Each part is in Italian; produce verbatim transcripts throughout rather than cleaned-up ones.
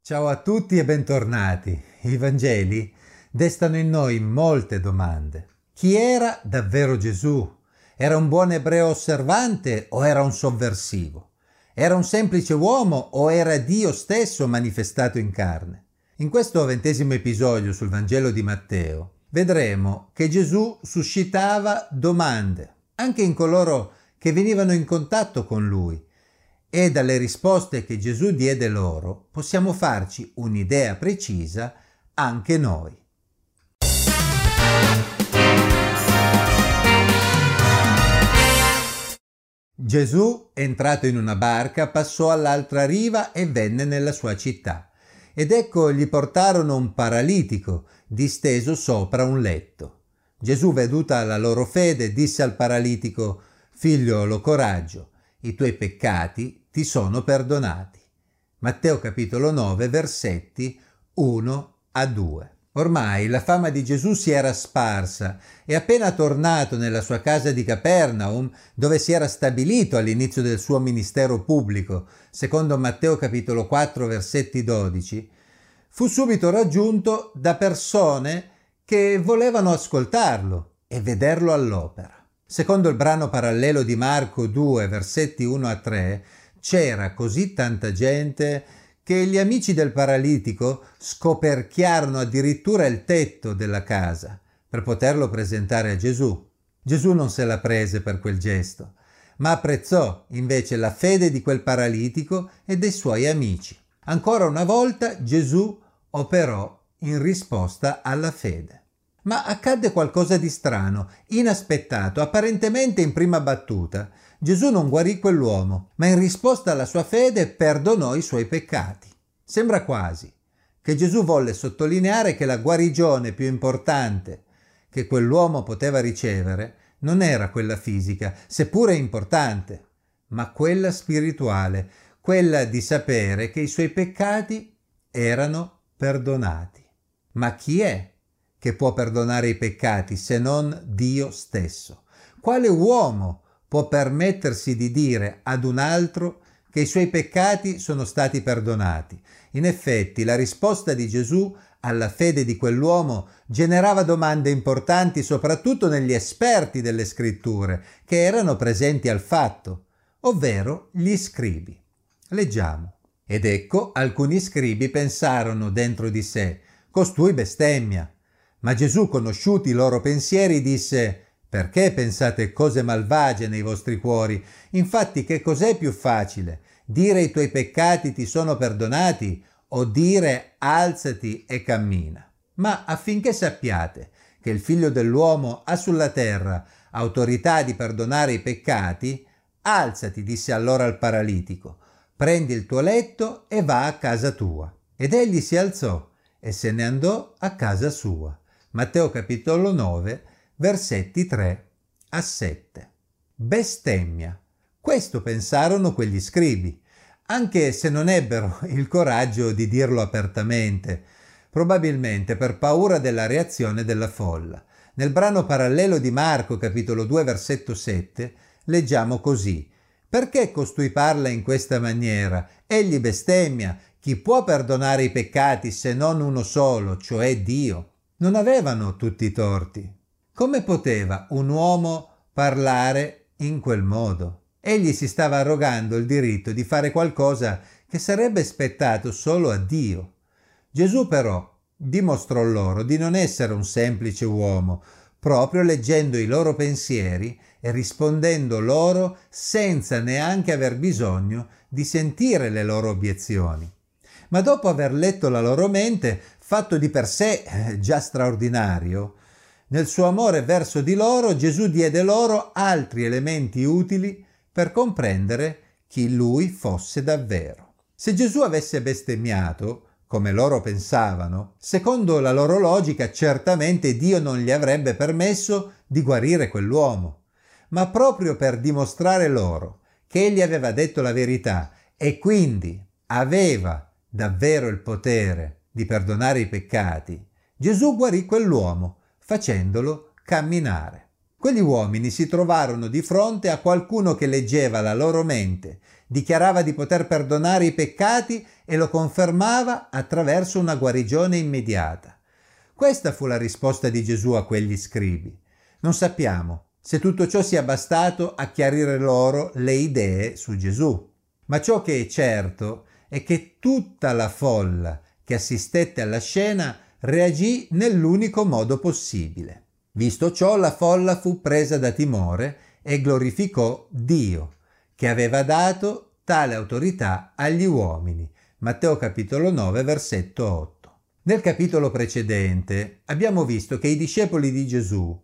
Ciao a tutti e bentornati. I Vangeli destano in noi molte domande. Chi era davvero Gesù? Era un buon ebreo osservante o era un sovversivo? Era un semplice uomo o era Dio stesso manifestato in carne? In questo ventesimo episodio sul Vangelo di Matteo vedremo che Gesù suscitava domande anche in coloro che venivano in contatto con lui. E dalle risposte che Gesù diede loro possiamo farci un'idea precisa anche noi. Gesù, entrato in una barca, passò all'altra riva e venne nella sua città. Ed ecco gli portarono un paralitico, disteso sopra un letto. Gesù, veduta la loro fede, disse al paralitico: «Figliolo, coraggio, i tuoi peccati ti sono perdonati». Matteo capitolo nove, versetti uno a due. Ormai la fama di Gesù si era sparsa e appena tornato nella sua casa di Capernaum, dove si era stabilito all'inizio del suo ministero pubblico, secondo Matteo capitolo quattro, versetti dodici, fu subito raggiunto da persone che volevano ascoltarlo e vederlo all'opera. Secondo il brano parallelo di Marco due, versetti uno a tre, c'era così tanta gente che gli amici del paralitico scoperchiarono addirittura il tetto della casa per poterlo presentare a Gesù. Gesù non se la prese per quel gesto, ma apprezzò invece la fede di quel paralitico e dei suoi amici. Ancora una volta Gesù operò in risposta alla fede. Ma accadde qualcosa di strano, inaspettato, apparentemente in prima battuta. Gesù non guarì quell'uomo, ma in risposta alla sua fede perdonò i suoi peccati. Sembra quasi che Gesù volle sottolineare che la guarigione più importante che quell'uomo poteva ricevere non era quella fisica, seppure importante, ma quella spirituale, quella di sapere che i suoi peccati erano perdonati. Ma chi è che può perdonare i peccati se non Dio stesso? Quale uomo può permettersi di dire ad un altro che i suoi peccati sono stati perdonati? In effetti, la risposta di Gesù alla fede di quell'uomo generava domande importanti soprattutto negli esperti delle scritture che erano presenti al fatto, ovvero gli scribi. Leggiamo. Ed ecco, alcuni scribi pensarono dentro di sé: costui bestemmia. Ma Gesù, conosciuti i loro pensieri, disse: «Perché pensate cose malvagie nei vostri cuori? Infatti, che cos'è più facile? Dire i tuoi peccati ti sono perdonati o dire alzati e cammina? Ma affinché sappiate che il Figlio dell'uomo ha sulla terra autorità di perdonare i peccati, alzati», disse allora al paralitico, «prendi il tuo letto e va a casa tua». Ed egli si alzò e se ne andò a casa sua. Matteo capitolo nove, versetti tre a sette. Bestemmia. Questo pensarono quegli scribi, anche se non ebbero il coraggio di dirlo apertamente, probabilmente per paura della reazione della folla. Nel brano parallelo di Marco capitolo due, versetto sette, leggiamo così: «Perché costui parla in questa maniera? Egli bestemmia. Chi può perdonare i peccati se non uno solo, cioè Dio?» Non avevano tutti i torti. Come poteva un uomo parlare in quel modo? Egli si stava arrogando il diritto di fare qualcosa che sarebbe spettato solo a Dio. Gesù però dimostrò loro di non essere un semplice uomo, proprio leggendo i loro pensieri e rispondendo loro senza neanche aver bisogno di sentire le loro obiezioni. Ma dopo aver letto la loro mente, fatto di per sé eh, già straordinario, nel suo amore verso di loro, Gesù diede loro altri elementi utili per comprendere chi lui fosse davvero. Se Gesù avesse bestemmiato, come loro pensavano, secondo la loro logica, certamente Dio non gli avrebbe permesso di guarire quell'uomo. Ma proprio per dimostrare loro che egli aveva detto la verità e quindi aveva davvero il potere di perdonare i peccati, Gesù guarì quell'uomo facendolo camminare. Quegli uomini si trovarono di fronte a qualcuno che leggeva la loro mente, dichiarava di poter perdonare i peccati e lo confermava attraverso una guarigione immediata. Questa fu la risposta di Gesù a quegli scribi. Non sappiamo se tutto ciò sia bastato a chiarire loro le idee su Gesù, ma ciò che è certo è che tutta la folla che assistette alla scena reagì nell'unico modo possibile. Visto ciò, la folla fu presa da timore e glorificò Dio, che aveva dato tale autorità agli uomini. Matteo capitolo nove, versetto otto. Nel capitolo precedente abbiamo visto che i discepoli di Gesù,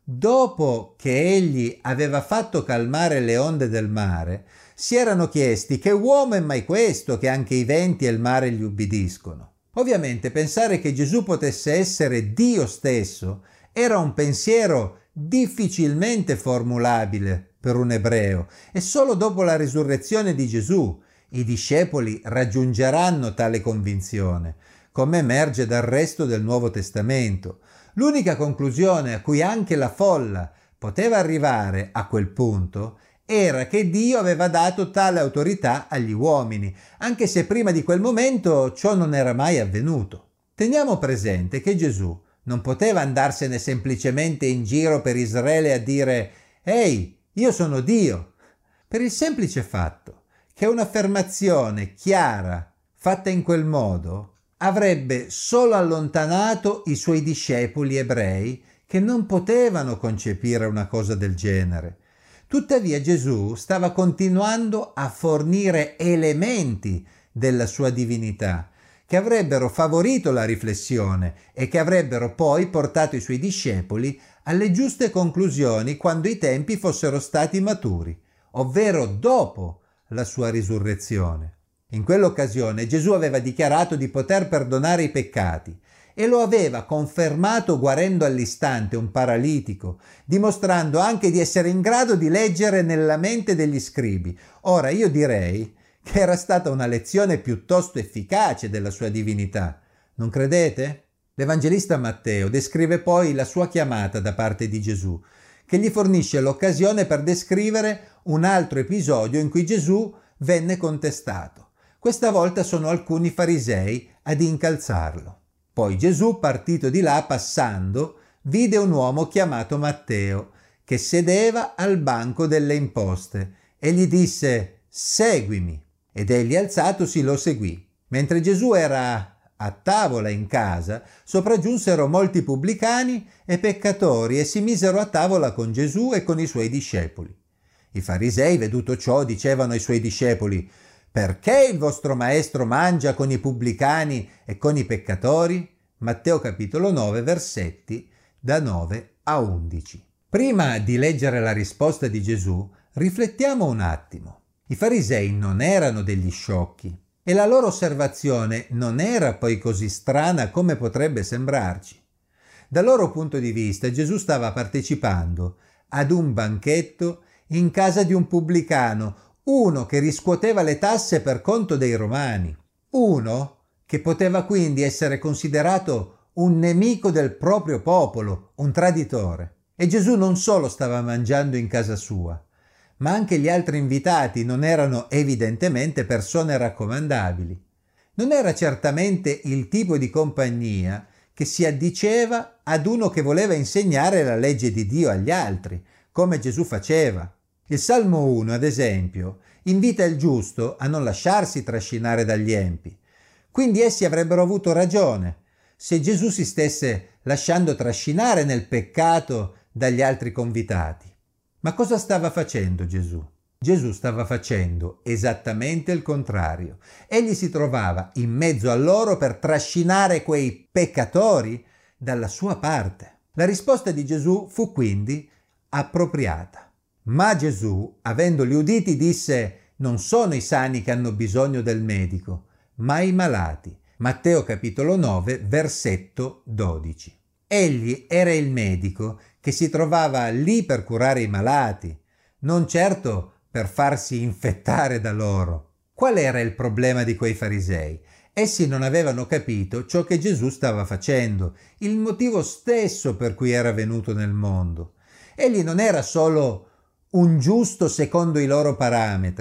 dopo che egli aveva fatto calmare le onde del mare, si erano chiesti: che uomo è mai questo che anche i venti e il mare gli ubbidiscono? Ovviamente pensare che Gesù potesse essere Dio stesso era un pensiero difficilmente formulabile per un ebreo, e solo dopo la risurrezione di Gesù i discepoli raggiungeranno tale convinzione, come emerge dal resto del Nuovo Testamento. L'unica conclusione a cui anche la folla poteva arrivare a quel punto era che Dio aveva dato tale autorità agli uomini, anche se prima di quel momento ciò non era mai avvenuto. Teniamo presente che Gesù non poteva andarsene semplicemente in giro per Israele a dire: «Ehi, io sono Dio», per il semplice fatto che un'affermazione chiara fatta in quel modo avrebbe solo allontanato i suoi discepoli ebrei, che non potevano concepire una cosa del genere. Tuttavia Gesù stava continuando a fornire elementi della sua divinità che avrebbero favorito la riflessione e che avrebbero poi portato i suoi discepoli alle giuste conclusioni quando i tempi fossero stati maturi, ovvero dopo la sua risurrezione. In quell'occasione Gesù aveva dichiarato di poter perdonare i peccati e lo aveva confermato guarendo all'istante un paralitico, dimostrando anche di essere in grado di leggere nella mente degli scribi. Ora, io direi che era stata una lezione piuttosto efficace della sua divinità. Non credete? L'Evangelista Matteo descrive poi la sua chiamata da parte di Gesù, che gli fornisce l'occasione per descrivere un altro episodio in cui Gesù venne contestato. Questa volta sono alcuni farisei ad incalzarlo. Poi Gesù, partito di là, passando, vide un uomo chiamato Matteo, che sedeva al banco delle imposte, e gli disse: «Seguimi». Ed egli, alzatosi, lo seguì. Mentre Gesù era a tavola in casa, sopraggiunsero molti pubblicani e peccatori e si misero a tavola con Gesù e con i suoi discepoli. I farisei, veduto ciò, dicevano ai suoi discepoli: «Perché il vostro maestro mangia con i pubblicani e con i peccatori?» Matteo capitolo nove, versetti da nove a undici. Prima di leggere la risposta di Gesù, riflettiamo un attimo. I farisei non erano degli sciocchi e la loro osservazione non era poi così strana come potrebbe sembrarci. Dal loro punto di vista, Gesù stava partecipando ad un banchetto in casa di un pubblicano, uno che riscuoteva le tasse per conto dei romani, uno che poteva quindi essere considerato un nemico del proprio popolo, un traditore. E Gesù non solo stava mangiando in casa sua, ma anche gli altri invitati non erano evidentemente persone raccomandabili. Non era certamente il tipo di compagnia che si addiceva ad uno che voleva insegnare la legge di Dio agli altri, come Gesù faceva. Il Salmo uno, ad esempio, invita il giusto a non lasciarsi trascinare dagli empi. Quindi essi avrebbero avuto ragione se Gesù si stesse lasciando trascinare nel peccato dagli altri convitati. Ma cosa stava facendo Gesù? Gesù stava facendo esattamente il contrario. Egli si trovava in mezzo a loro per trascinare quei peccatori dalla sua parte. La risposta di Gesù fu quindi appropriata. Ma Gesù, avendoli uditi, disse: «Non sono i sani che hanno bisogno del medico, ma i malati». Matteo capitolo nove, versetto dodici. Egli era il medico che si trovava lì per curare i malati, non certo per farsi infettare da loro. Qual era il problema di quei farisei? Essi non avevano capito ciò che Gesù stava facendo, il motivo stesso per cui era venuto nel mondo. Egli non era solo un giusto secondo i loro parametri,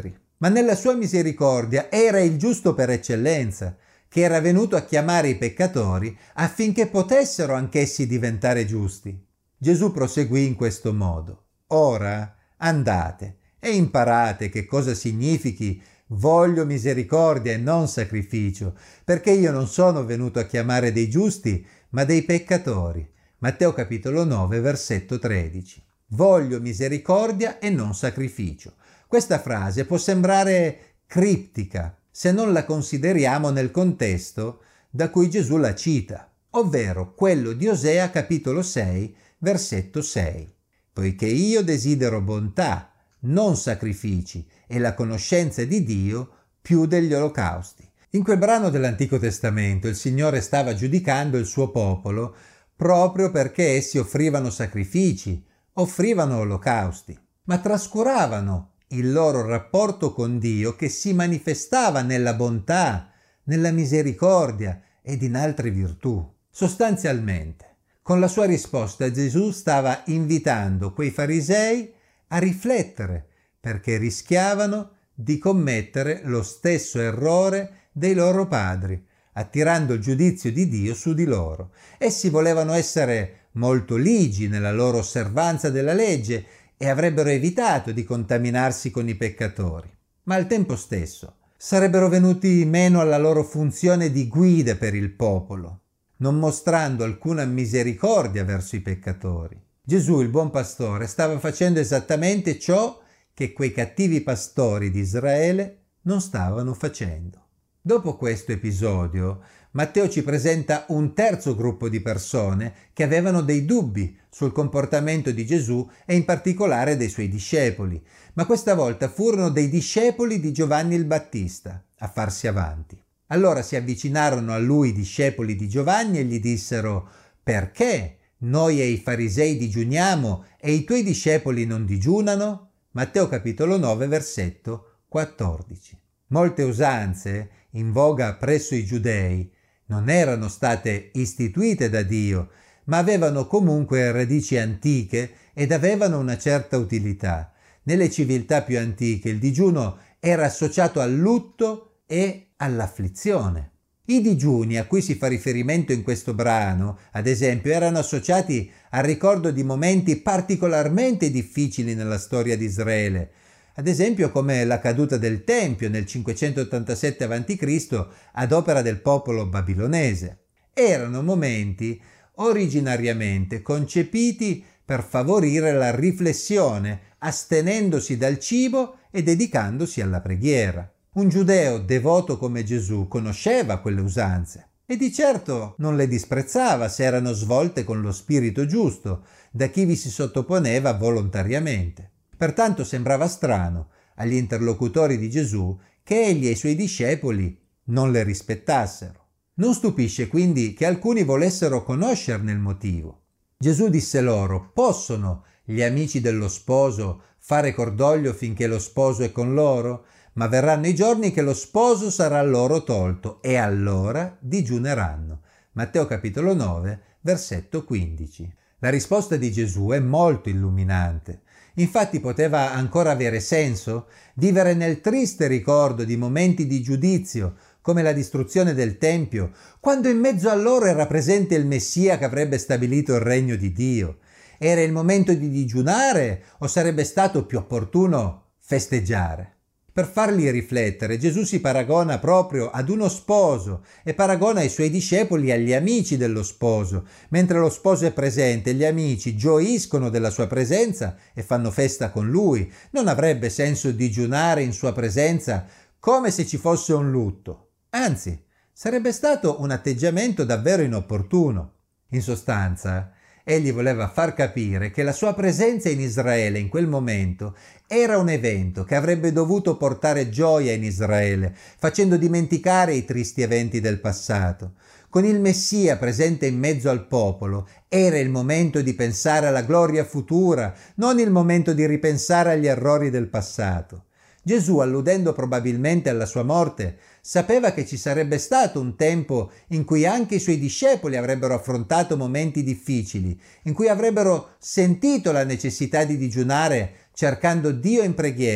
ma nella sua misericordia era il giusto per eccellenza, che era venuto a chiamare i peccatori affinché potessero anch'essi diventare giusti. Gesù proseguì in questo modo: ora andate e imparate che cosa significhi voglio misericordia e non sacrificio, perché io non sono venuto a chiamare dei giusti, ma dei peccatori. Matteo capitolo nove, versetto tredici. Voglio misericordia e non sacrificio. Questa frase può sembrare criptica se non la consideriamo nel contesto da cui Gesù la cita, ovvero quello di Osea capitolo sei, versetto sei. Poiché io desidero bontà, non sacrifici, e la conoscenza di Dio più degli olocausti. In quel brano dell'Antico Testamento il Signore stava giudicando il suo popolo proprio perché essi offrivano sacrifici, offrivano olocausti, ma trascuravano il loro rapporto con Dio che si manifestava nella bontà, nella misericordia ed in altre virtù. Sostanzialmente, con la sua risposta Gesù stava invitando quei farisei a riflettere perché rischiavano di commettere lo stesso errore dei loro padri, attirando il giudizio di Dio su di loro. Essi volevano essere molto ligi nella loro osservanza della legge e avrebbero evitato di contaminarsi con i peccatori, ma al tempo stesso sarebbero venuti meno alla loro funzione di guide per il popolo, non mostrando alcuna misericordia verso i peccatori. Gesù, il buon pastore, stava facendo esattamente ciò che quei cattivi pastori di Israele non stavano facendo. Dopo questo episodio, Matteo ci presenta un terzo gruppo di persone che avevano dei dubbi sul comportamento di Gesù e in particolare dei suoi discepoli, ma questa volta furono dei discepoli di Giovanni il Battista a farsi avanti. Allora si avvicinarono a lui i discepoli di Giovanni e gli dissero: «Perché noi e i farisei digiuniamo e i tuoi discepoli non digiunano?» Matteo capitolo nove, versetto quattordici. Molte usanze in voga presso i giudei non erano state istituite da Dio, ma avevano comunque radici antiche ed avevano una certa utilità. Nelle civiltà più antiche il digiuno era associato al lutto e all'afflizione. I digiuni a cui si fa riferimento in questo brano, ad esempio, erano associati al ricordo di momenti particolarmente difficili nella storia di Israele, ad esempio come la caduta del Tempio nel cinquecentottantasette avanti Cristo ad opera del popolo babilonese. Erano momenti originariamente concepiti per favorire la riflessione, astenendosi dal cibo e dedicandosi alla preghiera. Un giudeo devoto come Gesù conosceva quelle usanze e di certo non le disprezzava se erano svolte con lo spirito giusto da chi vi si sottoponeva volontariamente. Pertanto sembrava strano agli interlocutori di Gesù che egli e i suoi discepoli non le rispettassero. Non stupisce quindi che alcuni volessero conoscerne il motivo. Gesù disse loro: «Possono gli amici dello sposo fare cordoglio finché lo sposo è con loro? Ma verranno i giorni che lo sposo sarà loro tolto e allora digiuneranno». Matteo capitolo nove, versetto quindici. La risposta di Gesù è molto illuminante. Infatti poteva ancora avere senso vivere nel triste ricordo di momenti di giudizio, come la distruzione del Tempio, quando in mezzo a loro era presente il Messia che avrebbe stabilito il regno di Dio. Era il momento di digiunare o sarebbe stato più opportuno festeggiare? Per farli riflettere, Gesù si paragona proprio ad uno sposo e paragona i suoi discepoli agli amici dello sposo. Mentre lo sposo è presente, gli amici gioiscono della sua presenza e fanno festa con lui. Non avrebbe senso digiunare in sua presenza come se ci fosse un lutto. Anzi, sarebbe stato un atteggiamento davvero inopportuno. In sostanza, egli voleva far capire che la sua presenza in Israele in quel momento era un evento che avrebbe dovuto portare gioia in Israele, facendo dimenticare i tristi eventi del passato. Con il Messia presente in mezzo al popolo, era il momento di pensare alla gloria futura, non il momento di ripensare agli errori del passato. Gesù, alludendo probabilmente alla sua morte, sapeva che ci sarebbe stato un tempo in cui anche i suoi discepoli avrebbero affrontato momenti difficili, in cui avrebbero sentito la necessità di digiunare cercando Dio in preghiera,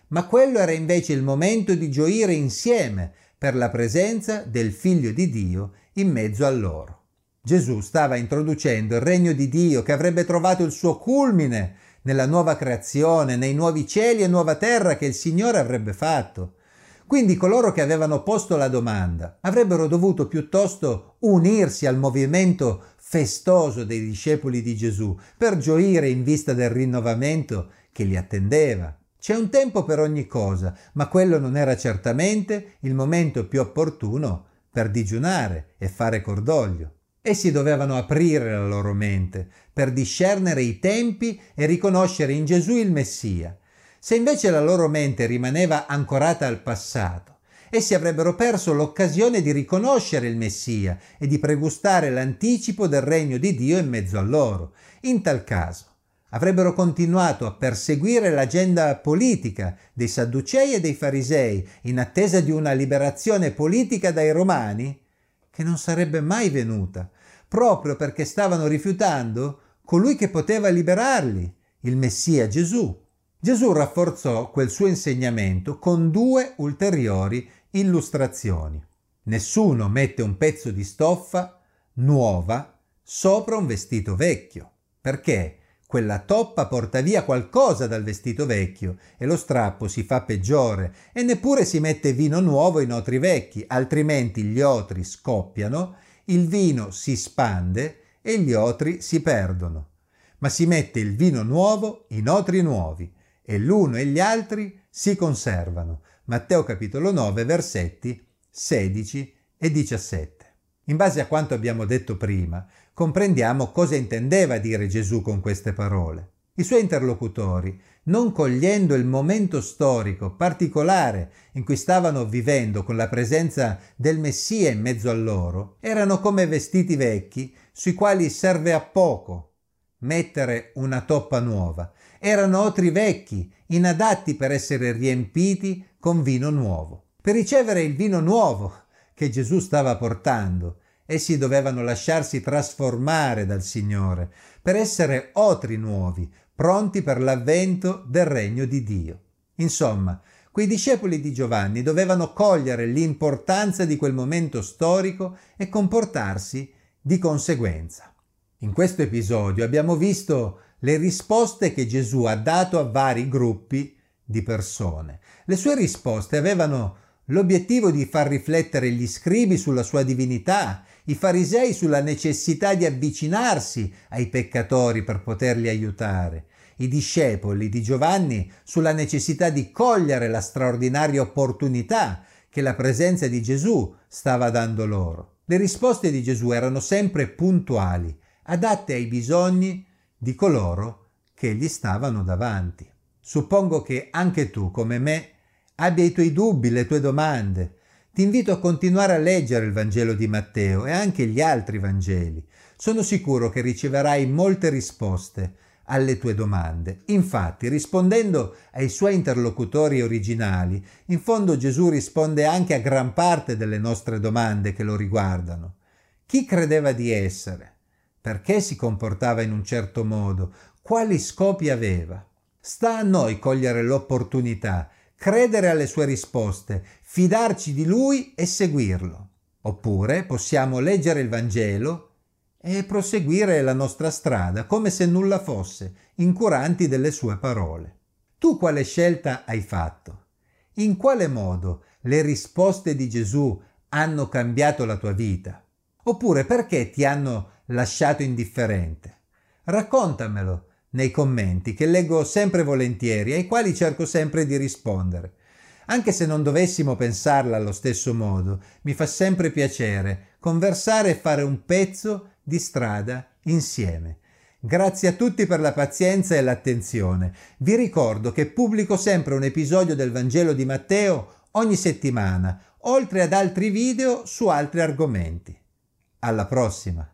ma quello era invece il momento di gioire insieme per la presenza del Figlio di Dio in mezzo a loro. Gesù stava introducendo il regno di Dio che avrebbe trovato il suo culmine nella nuova creazione, nei nuovi cieli e nuova terra che il Signore avrebbe fatto. Quindi coloro che avevano posto la domanda avrebbero dovuto piuttosto unirsi al movimento festoso dei discepoli di Gesù per gioire in vista del rinnovamento che li attendeva. C'è un tempo per ogni cosa, ma quello non era certamente il momento più opportuno per digiunare e fare cordoglio. Essi dovevano aprire la loro mente per discernere i tempi e riconoscere in Gesù il Messia. Se invece la loro mente rimaneva ancorata al passato, essi avrebbero perso l'occasione di riconoscere il Messia e di pregustare l'anticipo del regno di Dio in mezzo a loro. In tal caso, avrebbero continuato a perseguire l'agenda politica dei Sadducei e dei Farisei in attesa di una liberazione politica dai Romani che non sarebbe mai venuta, proprio perché stavano rifiutando colui che poteva liberarli, il Messia Gesù. Gesù rafforzò quel suo insegnamento con due ulteriori illustrazioni. Nessuno mette un pezzo di stoffa nuova sopra un vestito vecchio, perché quella toppa porta via qualcosa dal vestito vecchio e lo strappo si fa peggiore, e neppure si mette vino nuovo in otri vecchi, altrimenti gli otri scoppiano, il vino si spande e gli otri si perdono. Ma si mette il vino nuovo in otri nuovi, e l'uno e gli altri si conservano. Matteo capitolo nove, versetti sedici e diciassette. In base a quanto abbiamo detto prima, comprendiamo cosa intendeva dire Gesù con queste parole. I suoi interlocutori, non cogliendo il momento storico particolare in cui stavano vivendo con la presenza del Messia in mezzo a loro, erano come vestiti vecchi sui quali serve a poco mettere una toppa nuova. Erano otri vecchi, inadatti per essere riempiti con vino nuovo. Per ricevere il vino nuovo che Gesù stava portando, essi dovevano lasciarsi trasformare dal Signore per essere otri nuovi, pronti per l'avvento del regno di Dio. Insomma, quei discepoli di Giovanni dovevano cogliere l'importanza di quel momento storico e comportarsi di conseguenza. In questo episodio abbiamo visto le risposte che Gesù ha dato a vari gruppi di persone. Le sue risposte avevano l'obiettivo di far riflettere gli scribi sulla sua divinità, i farisei sulla necessità di avvicinarsi ai peccatori per poterli aiutare, i discepoli di Giovanni sulla necessità di cogliere la straordinaria opportunità che la presenza di Gesù stava dando loro. Le risposte di Gesù erano sempre puntuali, adatte ai bisogni di coloro che gli stavano davanti. Suppongo che anche tu, come me, abbia i tuoi dubbi, le tue domande. Ti invito a continuare a leggere il Vangelo di Matteo e anche gli altri Vangeli. Sono sicuro che riceverai molte risposte alle tue domande. Infatti, rispondendo ai suoi interlocutori originali, in fondo Gesù risponde anche a gran parte delle nostre domande che lo riguardano. Chi credeva di essere? Perché si comportava in un certo modo? Quali scopi aveva? Sta a noi cogliere l'opportunità, credere alle sue risposte, fidarci di lui e seguirlo. Oppure possiamo leggere il Vangelo e proseguire la nostra strada come se nulla fosse, incuranti delle sue parole. Tu quale scelta hai fatto? In quale modo le risposte di Gesù hanno cambiato la tua vita? Oppure perché ti hanno lasciato indifferente? Raccontamelo nei commenti, che leggo sempre volentieri e ai quali cerco sempre di rispondere. Anche se non dovessimo pensarla allo stesso modo, mi fa sempre piacere conversare e fare un pezzo di strada insieme. Grazie a tutti per la pazienza e l'attenzione. Vi ricordo che pubblico sempre un episodio del Vangelo di Matteo ogni settimana, oltre ad altri video su altri argomenti. Alla prossima!